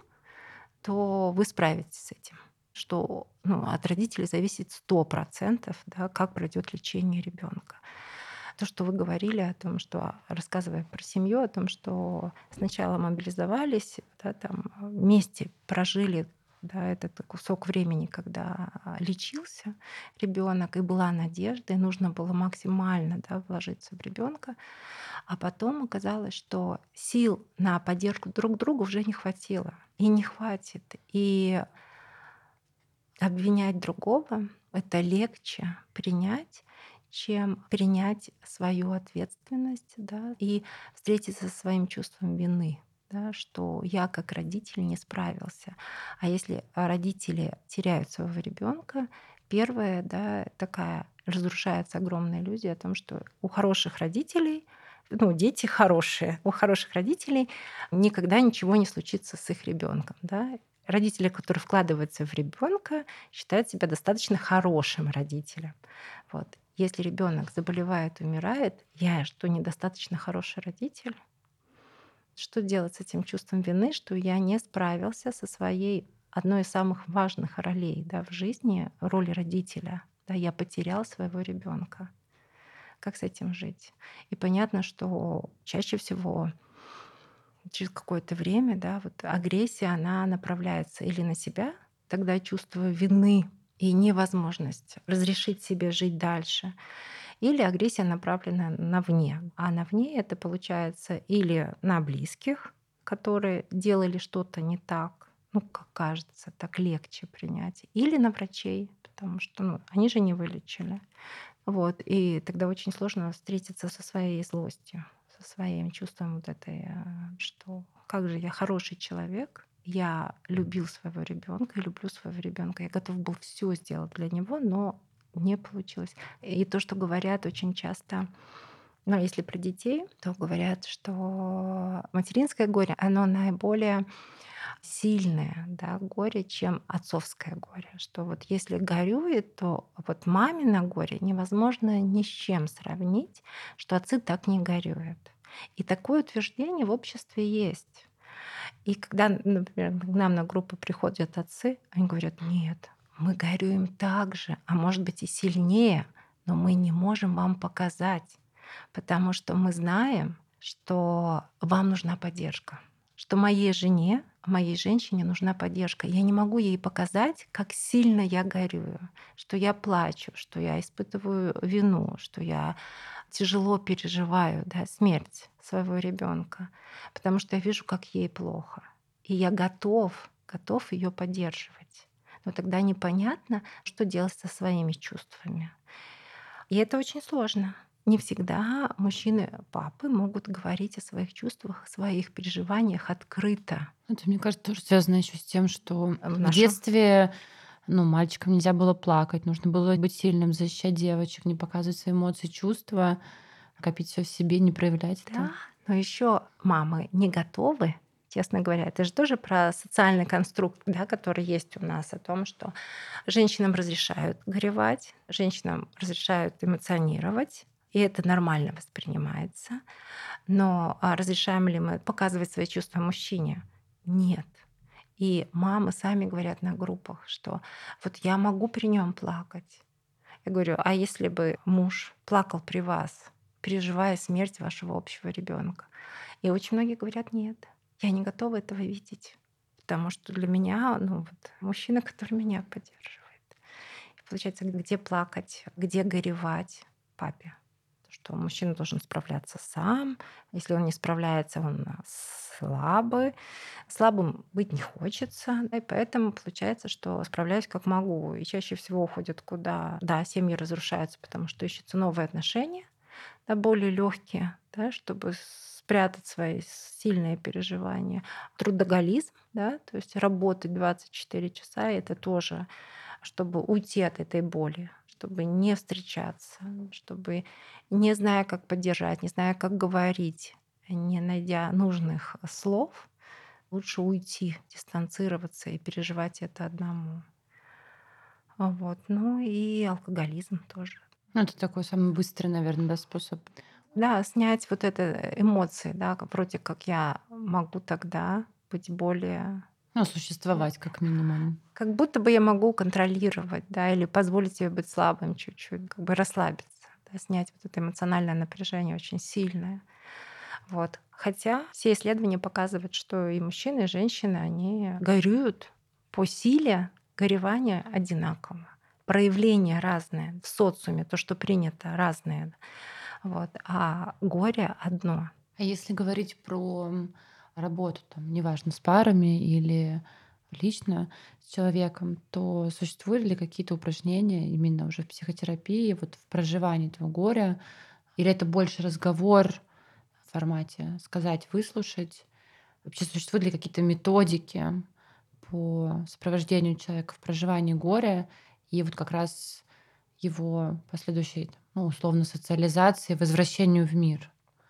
то вы справитесь с этим. Что от родителей зависит 100%, да, как пройдет лечение ребенка. то, что вы говорили о том, что, рассказывая про семью, о том, что сначала мобилизовались, да, там вместе прожили, да, этот кусок времени, когда лечился ребенок, и была надежда, и нужно было максимально, да, вложиться в ребенка, а потом оказалось, что сил на поддержку друг друга уже не хватило и не хватит. И обвинять другого — это легче принять, чем принять свою ответственность, да, и встретиться со своим чувством вины, да, что я как родитель не справился. А если родители теряют своего ребенка, первое, да, такая разрушается огромная иллюзия о том, что у хороших родителей, ну, дети хорошие, у хороших родителей никогда ничего не случится с их ребенком, да. Родители, которые вкладываются в ребенка, считают себя достаточно хорошим родителем. Вот. Если ребенок заболевает, умирает, я что, недостаточно хороший родитель? Что делать с этим чувством вины, что я не справился со своей одной из самых важных ролей, да, в жизни, роли родителя? Да, я потерял своего ребенка. Как с этим жить? И понятно, что чаще всего через какое-то время, да, вот агрессия, она направляется или на себя, тогда я чувствую вины и невозможность разрешить себе жить дальше, или агрессия направлена навне. А навне это получается или на близких, которые делали что-то не так, ну, как кажется, так легче принять, или на врачей, потому что ну, они же не вылечили. Вот. И тогда очень сложно встретиться со своей злостью, со своим чувством вот этой, что как же я хороший человек, я любил своего ребенка и люблю своего ребенка. Я готов был все сделать для него, но не получилось. И то, что говорят очень часто, ну, если про детей, то говорят, что материнское горе, оно наиболее сильное, да, горе, чем отцовское горе. Что вот если горюет, то вот мамино горе невозможно ни с чем сравнить, что отцы так не горюют. И такое утверждение в обществе есть. И когда, например, к нам на группу приходят отцы, они говорят: нет, мы горюем так же, а может быть и сильнее, но мы не можем вам показать, потому что мы знаем, что вам нужна поддержка, что моей жене, моей женщине нужна поддержка. Я не могу ей показать, как сильно я горюю, что я плачу, что я испытываю вину, что я тяжело переживаю, да, смерть своего ребенка, потому что я вижу, как ей плохо. И я готов ее поддерживать. Но тогда непонятно, что делать со своими чувствами. И это очень сложно. Не всегда мужчины, папы могут говорить о своих чувствах, о своих переживаниях открыто. Это, мне кажется, тоже связано еще с тем, что В в нашем детстве, ну, мальчикам нельзя было плакать, нужно было быть сильным, защищать девочек, не показывать свои эмоции, чувства, копить все в себе, не проявлять это. Да, но еще мамы не готовы, честно говоря. Это же тоже про социальный конструкт, да, который есть у нас, о том, что женщинам разрешают горевать, женщинам разрешают эмоционировать, и это нормально воспринимается. Но разрешаем ли мы показывать свои чувства мужчине? Нет. И мамы сами говорят на группах, что вот я могу при нем плакать. Я говорю: а если бы муж плакал при вас, переживая смерть вашего общего ребенка? И очень многие говорят: нет, я не готова этого видеть, потому что для меня, ну вот, мужчина, который меня поддерживает. И получается, где плакать, где горевать папе? Что мужчина должен справляться сам. Если он не справляется, он слабый. Слабым быть не хочется. И поэтому получается, что справляюсь как могу. И чаще всего уходят куда? Да, семьи разрушаются, потому что ищутся новые отношения, да, более легкие, да, чтобы спрятать свои сильные переживания. Трудоголизм, да, то есть работать 24 часа, это тоже, чтобы уйти от этой боли, чтобы не встречаться, чтобы, не зная, как поддержать, не зная, как говорить, не найдя нужных слов, лучше уйти, дистанцироваться и переживать это одному. Вот. Ну и алкоголизм тоже. Ну, это такой самый быстрый, наверное, да, способ. Да, снять вот это эмоции, да, вроде как я могу тогда быть более, Ну, существовать как минимум. как будто бы я могу контролировать, да, или позволить себе быть слабым чуть-чуть, как бы расслабиться, да, снять вот это эмоциональное напряжение очень сильное. Вот. Хотя все исследования показывают, что и мужчины, и женщины, они горюют по силе горевания одинаково. Проявления разные в социуме, то, что принято, разные. Вот. А горе одно. А если говорить про работу, там, неважно, с парами или лично с человеком, то существуют ли какие-то упражнения именно уже в психотерапии, вот в проживании этого горя? Или это больше разговор в формате сказать, выслушать? Вообще существуют ли какие-то методики по сопровождению человека в проживании горя и вот как раз его последующей, ну, условно, социализации, возвращению в мир?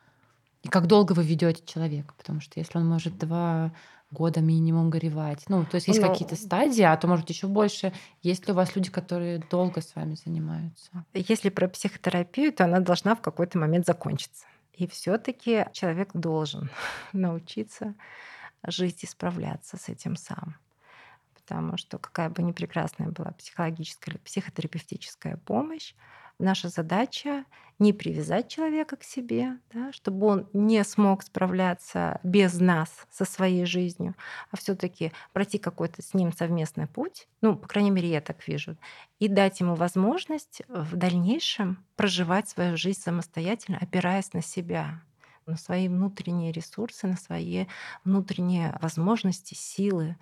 И как долго вы ведете человека? Потому что если он может 2 года минимум горевать, ну, то есть есть какие-то Но стадии, а то, может, еще больше. Есть ли у вас люди, которые долго с вами занимаются? если про психотерапию, то она должна в какой-то момент закончиться. И все-таки человек должен научиться жить и справляться с этим сам. Потому что какая бы ни прекрасная была психологическая или психотерапевтическая помощь, наша задача не привязать человека к себе, да, чтобы он не смог справляться без нас со своей жизнью, а все-таки пройти какой-то с ним совместный путь, ну, по крайней мере, я так вижу, и дать ему возможность в дальнейшем проживать свою жизнь самостоятельно, опираясь на себя, на свои внутренние ресурсы, на свои внутренние возможности, силы,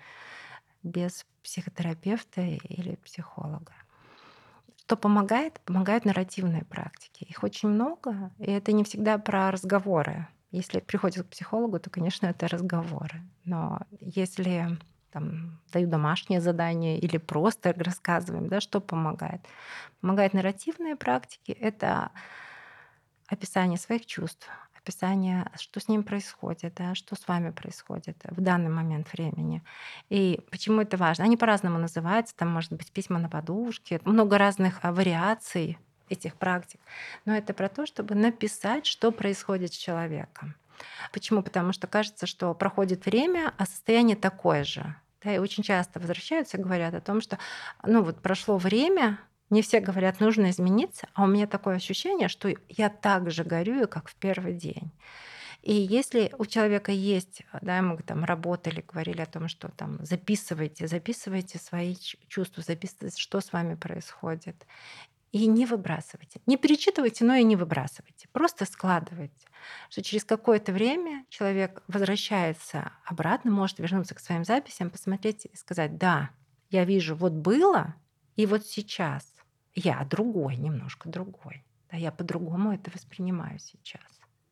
без психотерапевта или психолога. Что помогает? Помогают нарративные практики. Их очень много, и это не всегда про разговоры. Если приходят к психологу, то, конечно, это разговоры. Но если там, даю домашнее задание или просто рассказываем, да, что помогает. Помогают нарративные практики. Это описание своих чувств, описание, что с ним происходит, да, что с вами происходит в данный момент времени. И почему это важно? Они по-разному называются. Там может быть письма на подушке, много разных вариаций этих практик. Но это про то, чтобы написать, что происходит с человеком. Почему? Потому что кажется, что проходит время, а состояние такое же. Да, и очень часто возвращаются и говорят о том, что ну вот прошло время, не все говорят, нужно измениться, а у меня такое ощущение, что я так же горюю, как в первый день. И если у человека есть, да, мы там работали, говорили о том, что там записывайте свои чувства, записывайте, что с вами происходит. И не выбрасывайте. Не перечитывайте, но и не выбрасывайте. Просто складывайте. Что через какое-то время человек возвращается обратно, может вернуться к своим записям, посмотреть и сказать, да, я вижу, вот было, и вот сейчас я другой, немножко другой. Да, я по-другому это воспринимаю сейчас.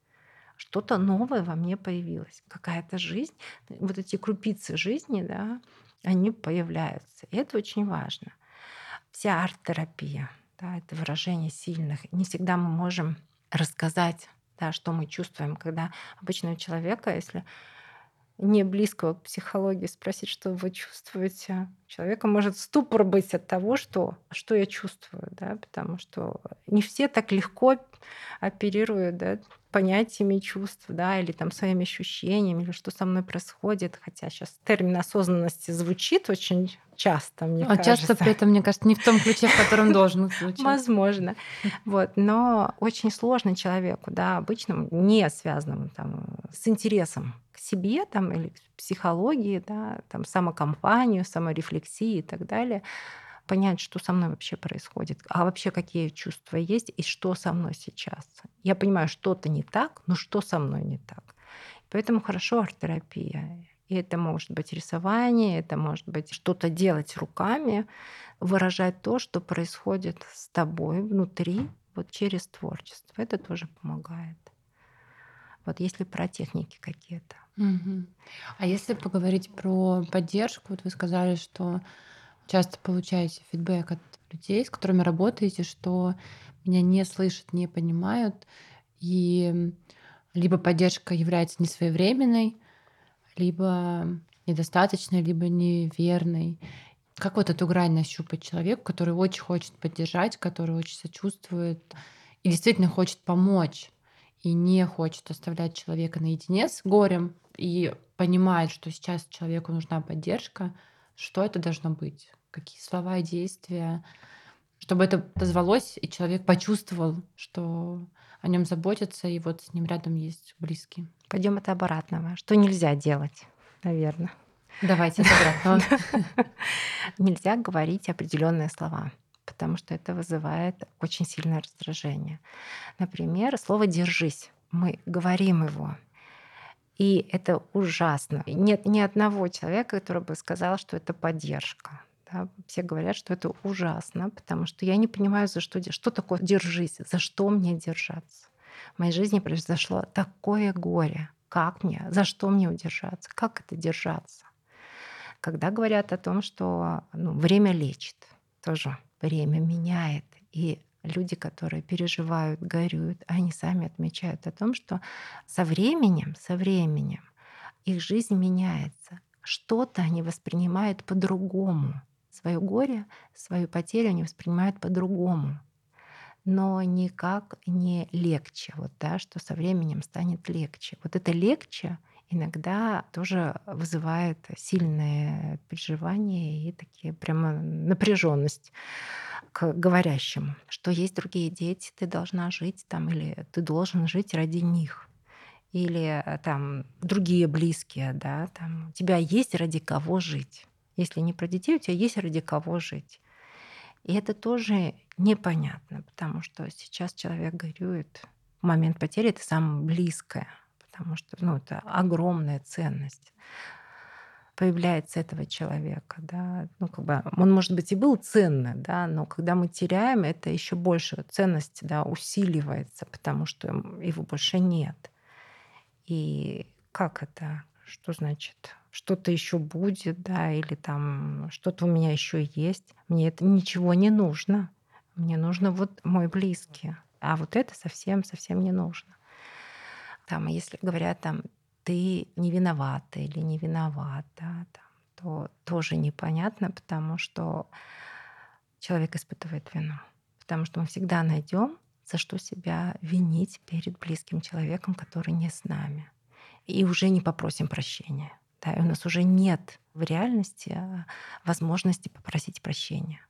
Что-то новое во мне появилось. Какая-то жизнь, вот эти крупицы жизни, да, они появляются. И это очень важно. Вся арт-терапия, да, это выражение сильных. Не всегда мы можем рассказать, да, что мы чувствуем, когда обычного человека, если не близкого к психологии спросить, что вы чувствуете, у человека может ступор быть от того, что я чувствую, да, потому что не все так легко оперируют, да, понятиями чувств, да, или там своими ощущениями, или что со мной происходит. Хотя сейчас термин осознанности звучит очень часто, мне А часто кажется. при этом, мне кажется, не в том ключе, в котором должен звучать. Возможно. Вот. Но очень сложно человеку, да, обычному, не связанному там, с интересом к себе там, или к психологии, да, там, самокомпанию, саморефлексии и так далее, понять, что со мной вообще происходит, а вообще какие чувства есть и что со мной сейчас. Я понимаю, что-то не так, но что со мной не так. Поэтому хорошо арт-терапия. И это может быть рисование, это может быть что-то делать руками, выражать то, что происходит с тобой внутри, вот через творчество. Это тоже помогает. Вот если про техники какие-то. Мгм. А если поговорить про поддержку, вот вы сказали, что часто получаете фидбэк от людей, с которыми работаете, что меня не слышат, не понимают, и либо поддержка является несвоевременной, либо недостаточной, либо неверной. Как вот эту грань нащупать человеку, который очень хочет поддержать, который очень сочувствует и действительно хочет помочь, и не хочет оставлять человека наедине с горем, и понимает, что сейчас человеку нужна поддержка, что это должно быть? Какие слова и действия Чтобы это отозвалось, и человек почувствовал, что о нем заботятся, и вот с ним рядом есть близкий. Пойдем от обратного. Что нельзя делать, наверное. Давайте от обратного. Нельзя говорить определенные слова, потому что это вызывает очень сильное раздражение. Например, слово «держись». Мы говорим его, и это ужасно. И нет ни одного человека, который бы сказал, что это поддержка. Да, все говорят, что это ужасно, потому что я не понимаю, за что что такое держись, за что мне держаться. В моей жизни произошло такое горе. Как мне? За что мне удержаться? Как это держаться? Когда говорят о том, что время лечит, тоже время меняет. И люди, которые переживают, горюют, они сами отмечают о том, что со временем их жизнь меняется. Что-то они воспринимают по-другому. Свое горе, свою потерю они воспринимают по-другому. Но никак не легче. Вот, да, что со временем станет легче. Вот это легче иногда тоже вызывает сильные переживания и такие прямо напряженность к говорящему, что есть другие дети, ты должна жить там, или ты должен жить ради них. Или там другие близкие, да, там у тебя есть ради кого жить. Если не про детей, у тебя есть ради кого жить. И это тоже непонятно, потому что сейчас человек горюет. В момент потери это самое близкое, потому что это огромная ценность появляется этого человека. Да. Он, может быть, и был ценный, да, но когда мы теряем, это еще больше ценность, да, усиливается, потому что его больше нет. И как это? Что значит? Что-то еще будет, да, или там что-то у меня еще есть. Мне это ничего не нужно. Мне нужно вот мой близкий. А вот это совсем не нужно. Там, если говорят там, ты не виновата или не виновата, там, то тоже непонятно, потому что человек испытывает вину. Потому что мы всегда найдем, за что себя винить перед близким человеком, который не с нами. И уже не попросим прощения. Да, и у нас уже нет в реальности возможности попросить прощения.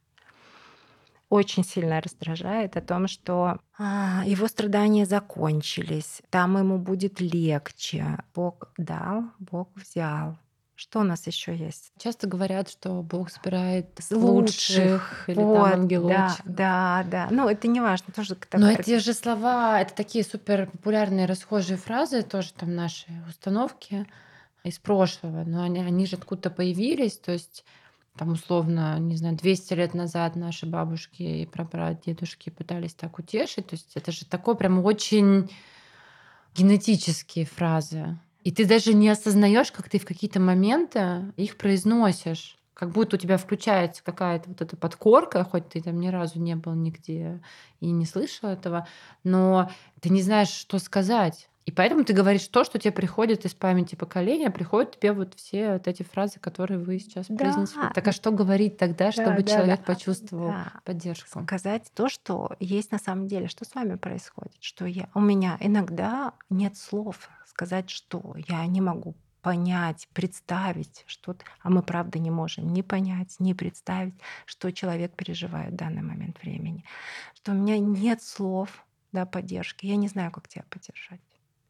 Очень сильно раздражает о том, что его страдания закончились, там ему будет легче. Бог дал, Бог взял. Что у нас еще есть? Часто говорят, что Бог собирает С лучших. лучших или там Вот, да, ангелочков. да, да. Ну, это не важно, тоже Но такая. эти же слова, это такие супер популярные расхожие фразы, тоже там наши установки из прошлого, но они же откуда-то появились, то есть там условно, не знаю, 200 лет назад наши бабушки и прапрадедушки пытались так утешить, то есть это же такой прям очень генетические фразы. И ты даже не осознаешь, как ты в какие-то моменты их произносишь. Как будто у тебя включается какая-то вот эта подкорка, хоть ты там ни разу не был нигде и не слышал этого, но ты не знаешь, что сказать. И поэтому ты говоришь то, что тебе приходит из памяти поколения, приходят тебе вот все вот эти фразы, которые вы сейчас произнесли. Да, Так а что говорить тогда, да, чтобы да, да, человек почувствовал да. поддержку? Сказать то, что есть на самом деле, что с вами происходит, что у меня иногда нет слов сказать, что я не могу понять, представить что-то, а мы правда не можем ни понять, ни представить, что человек переживает в данный момент времени, что у меня нет слов, да, поддержки, я не знаю, как тебя поддержать.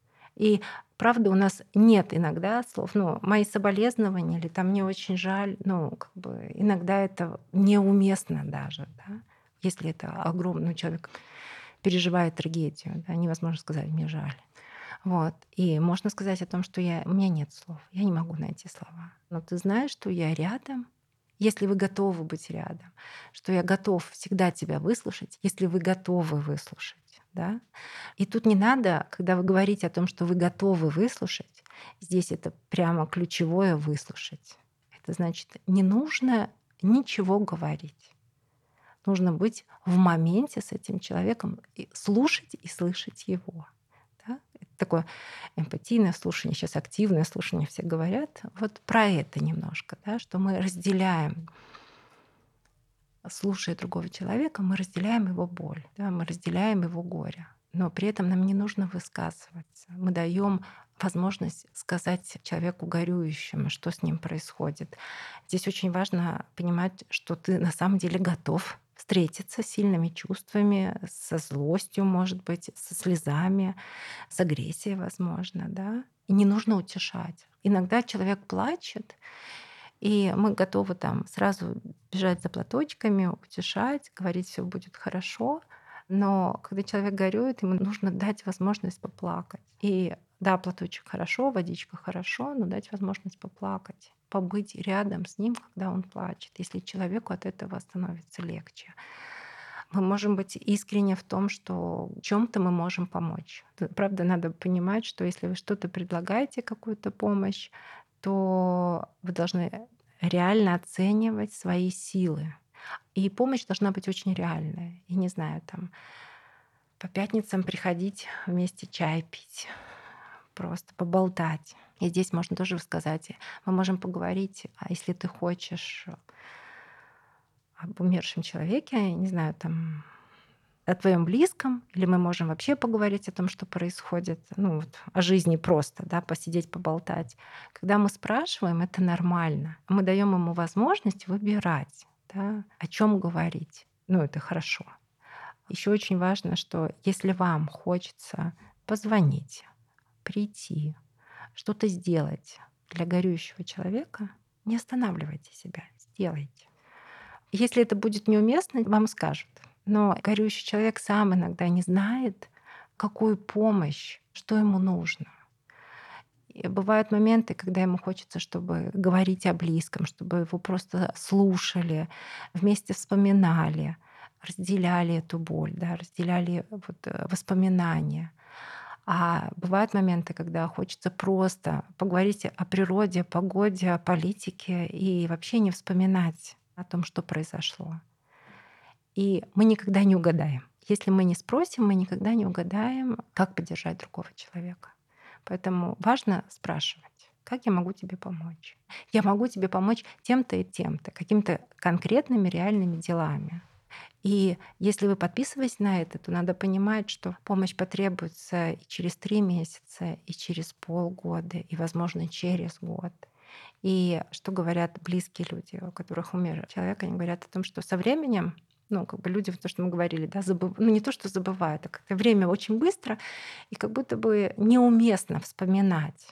И правда, у нас нет иногда слов, мои соболезнования или там мне очень жаль, как бы иногда это неуместно даже, да. Если это огромный человек переживает трагедию, да, невозможно сказать «мне жаль». Вот. И можно сказать о том, что у меня нет слов, я не могу найти слова. Но ты знаешь, что я рядом, если вы готовы быть рядом, что я готов всегда тебя выслушать, если вы готовы выслушать. Да? И тут не надо, когда вы говорите о том, что вы готовы выслушать, здесь это прямо ключевое выслушать. Это значит, не нужно ничего говорить. Нужно быть в моменте с этим человеком, и слушать и слышать его. Да? Это такое эмпатийное слушание, сейчас активное слушание все говорят. Вот про это немножко, да, что мы разделяем, слушая другого человека, мы разделяем его боль, да, мы разделяем его горе. Но при этом нам не нужно высказываться. Мы даем возможность сказать человеку горюющему, что с ним происходит. Здесь очень важно понимать, что ты на самом деле готов встретиться с сильными чувствами, со злостью, может быть, со слезами, с агрессией, возможно, да. И не нужно утешать. Иногда человек плачет, и мы готовы там сразу бежать за платочками, утешать, говорить, все будет хорошо. Но когда человек горюет, ему нужно дать возможность поплакать. И да, платочек хорошо, водичка хорошо, но дать возможность поплакать, побыть рядом с ним, когда он плачет, если человеку от этого становится легче. Мы можем быть искренне в том, что в чем-то мы можем помочь. Правда, надо понимать, что если вы что-то предлагаете, какую-то помощь, то вы должны реально оценивать свои силы. И помощь должна быть очень реальная. И не знаю, там по пятницам приходить вместе чай пить, просто поболтать. И здесь можно тоже сказать, мы можем поговорить, а если ты хочешь об умершем человеке, я не знаю, там о твоем близком, или мы можем вообще поговорить о том, что происходит, ну вот о жизни просто, да, посидеть, поболтать. Когда мы спрашиваем, это нормально. Мы даем ему возможность выбирать, да, о чем говорить. Ну, это хорошо. Еще очень важно, что если вам хочется позвонить, прийти, что-то сделать для горюющего человека, не останавливайте себя, сделайте. Если это будет неуместно, вам скажут. Но горюющий человек сам иногда не знает, какую помощь, что ему нужно. И бывают моменты, когда ему хочется, чтобы говорить о близком, чтобы его просто слушали, вместе вспоминали, разделяли эту боль, да, разделяли воспоминания. А бывают моменты, когда хочется просто поговорить о природе, о погоде, о политике и вообще не вспоминать о том, что произошло. И мы никогда не угадаем. Если мы не спросим, мы никогда не угадаем, как поддержать другого человека. Поэтому важно спрашивать, как я могу тебе помочь? Я могу тебе помочь тем-то и тем-то, какими-то конкретными реальными делами. И если вы подписываетесь на это, то надо понимать, что помощь потребуется и через 3 месяца, и через полгода, и, возможно, через год. И что говорят близкие люди, у которых умер человек, они говорят о том, что со временем, ну, как бы люди, вот то, что мы говорили, да, ну, не то, что забывают, а как-то время очень быстро, и как будто бы неуместно вспоминать.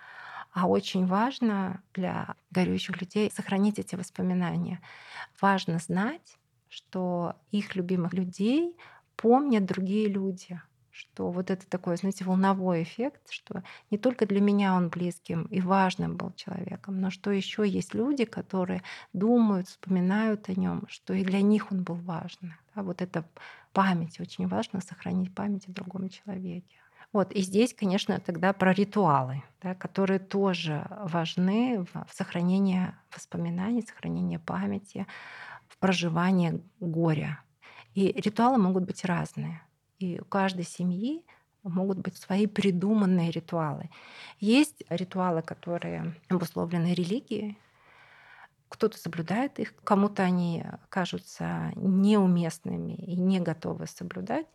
А очень важно для горюющих людей сохранить эти воспоминания. Важно знать, что их любимых людей помнят другие люди. Что вот это такой, знаете, волновой эффект, что не только для меня он близким и важным был человеком, но что еще есть люди, которые думают, вспоминают о нем, что и для них он был важным. Да, вот эта память, очень важно сохранить память о другом человеке. Вот, и здесь, конечно, тогда про ритуалы, да, которые тоже важны в сохранении воспоминаний, сохранении памяти, в проживании горя. И ритуалы могут быть разные. И у каждой семьи могут быть свои придуманные ритуалы. Есть ритуалы, которые обусловлены религией. Кто-то соблюдает их, кому-то они кажутся неуместными и не готовы соблюдать.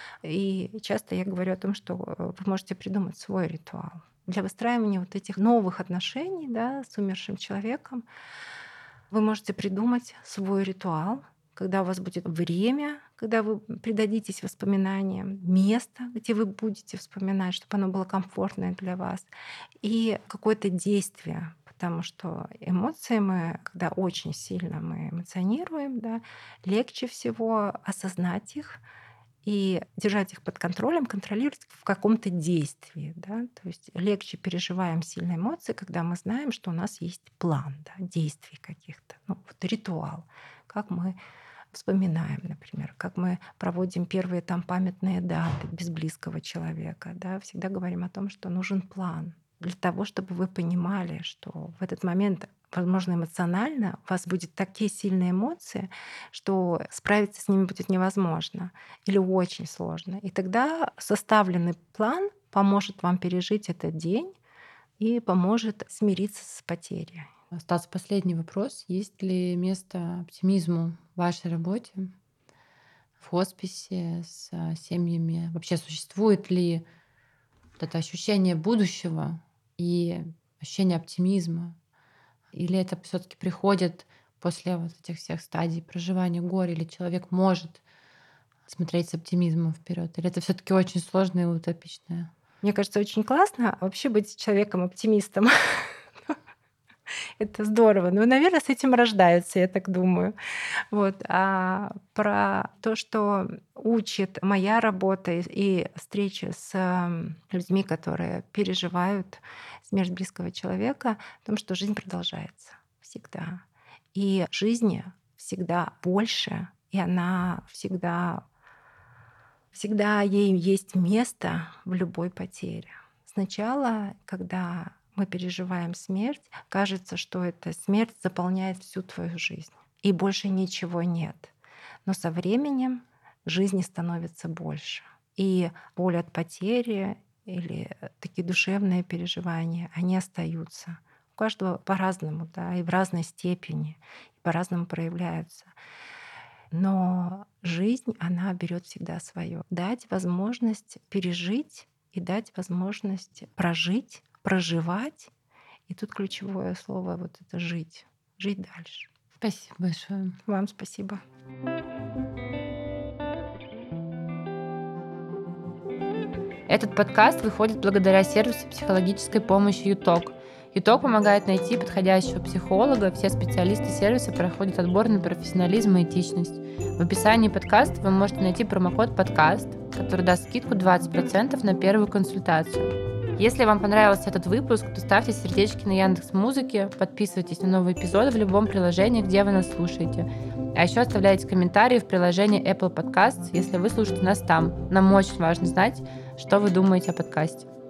И часто я говорю о том, что вы можете придумать свой ритуал для выстраивания вот этих новых отношений, да, с умершим человеком. Вы можете придумать свой ритуал, когда у вас будет время, когда вы предадитесь воспоминаниям, место, где вы будете вспоминать, чтобы оно было комфортное для вас, и какое-то действие. Потому что эмоции мы, когда очень сильно мы эмоционируем, да, легче всего осознать их, и держать их под контролем, контролировать в каком-то действии. Да? То есть легче переживаем сильные эмоции, когда мы знаем, что у нас есть план, да, действий каких-то, ну, вот ритуал, как мы вспоминаем, например, как мы проводим первые там памятные даты без близкого человека. Да? Всегда говорим о том, что нужен план для того, чтобы вы понимали, что в этот момент, возможно, эмоционально у вас будет такие сильные эмоции, что справиться с ними будет невозможно или очень сложно. И тогда составленный план поможет вам пережить этот день и поможет смириться с потерей. Остался последний вопрос. Есть ли место оптимизму в вашей работе, в хосписе с семьями? Вообще существует ли вот это ощущение будущего и ощущение оптимизма? Или это все таки приходит после вот этих всех стадий проживания горя, или человек может смотреть с оптимизмом вперед? Или это все-таки очень сложно и утопичное? Мне кажется, очень классно вообще быть человеком-оптимистом. Это здорово. Ну, наверное, с этим рождаются, я так думаю. Вот. А про то, что учит моя работа и встреча с людьми, которые переживают смерть близкого человека, в том, что жизнь продолжается всегда. И жизни всегда больше, и она всегда ей есть место в любой потере. Сначала, когда мы переживаем смерть, кажется, что эта смерть заполняет всю твою жизнь, и больше ничего нет. Но со временем жизни становится больше. И боль от потери или такие душевные переживания, они остаются. У каждого по-разному, да, и в разной степени, и по-разному проявляются. Но жизнь, она берет всегда свое. Дать возможность пережить и дать возможность прожить, проживать. И тут ключевое слово вот это жить. Жить дальше. Спасибо большое. Вам спасибо. Этот подкаст выходит благодаря сервису психологической помощи ЮТОК. ЮТОК помогает найти подходящего психолога. Все специалисты сервиса проходят отбор на профессионализм и этичность. В описании подкаста вы можете найти промокод «Подкаст», который даст скидку 20% на первую консультацию. Если вам понравился этот выпуск, то ставьте сердечки на Яндекс.Музыке, подписывайтесь на новые эпизоды в любом приложении, где вы нас слушаете. А еще оставляйте комментарии в приложении Apple Podcasts, если вы слушаете нас там. Нам очень важно знать, что вы думаете о подкасте.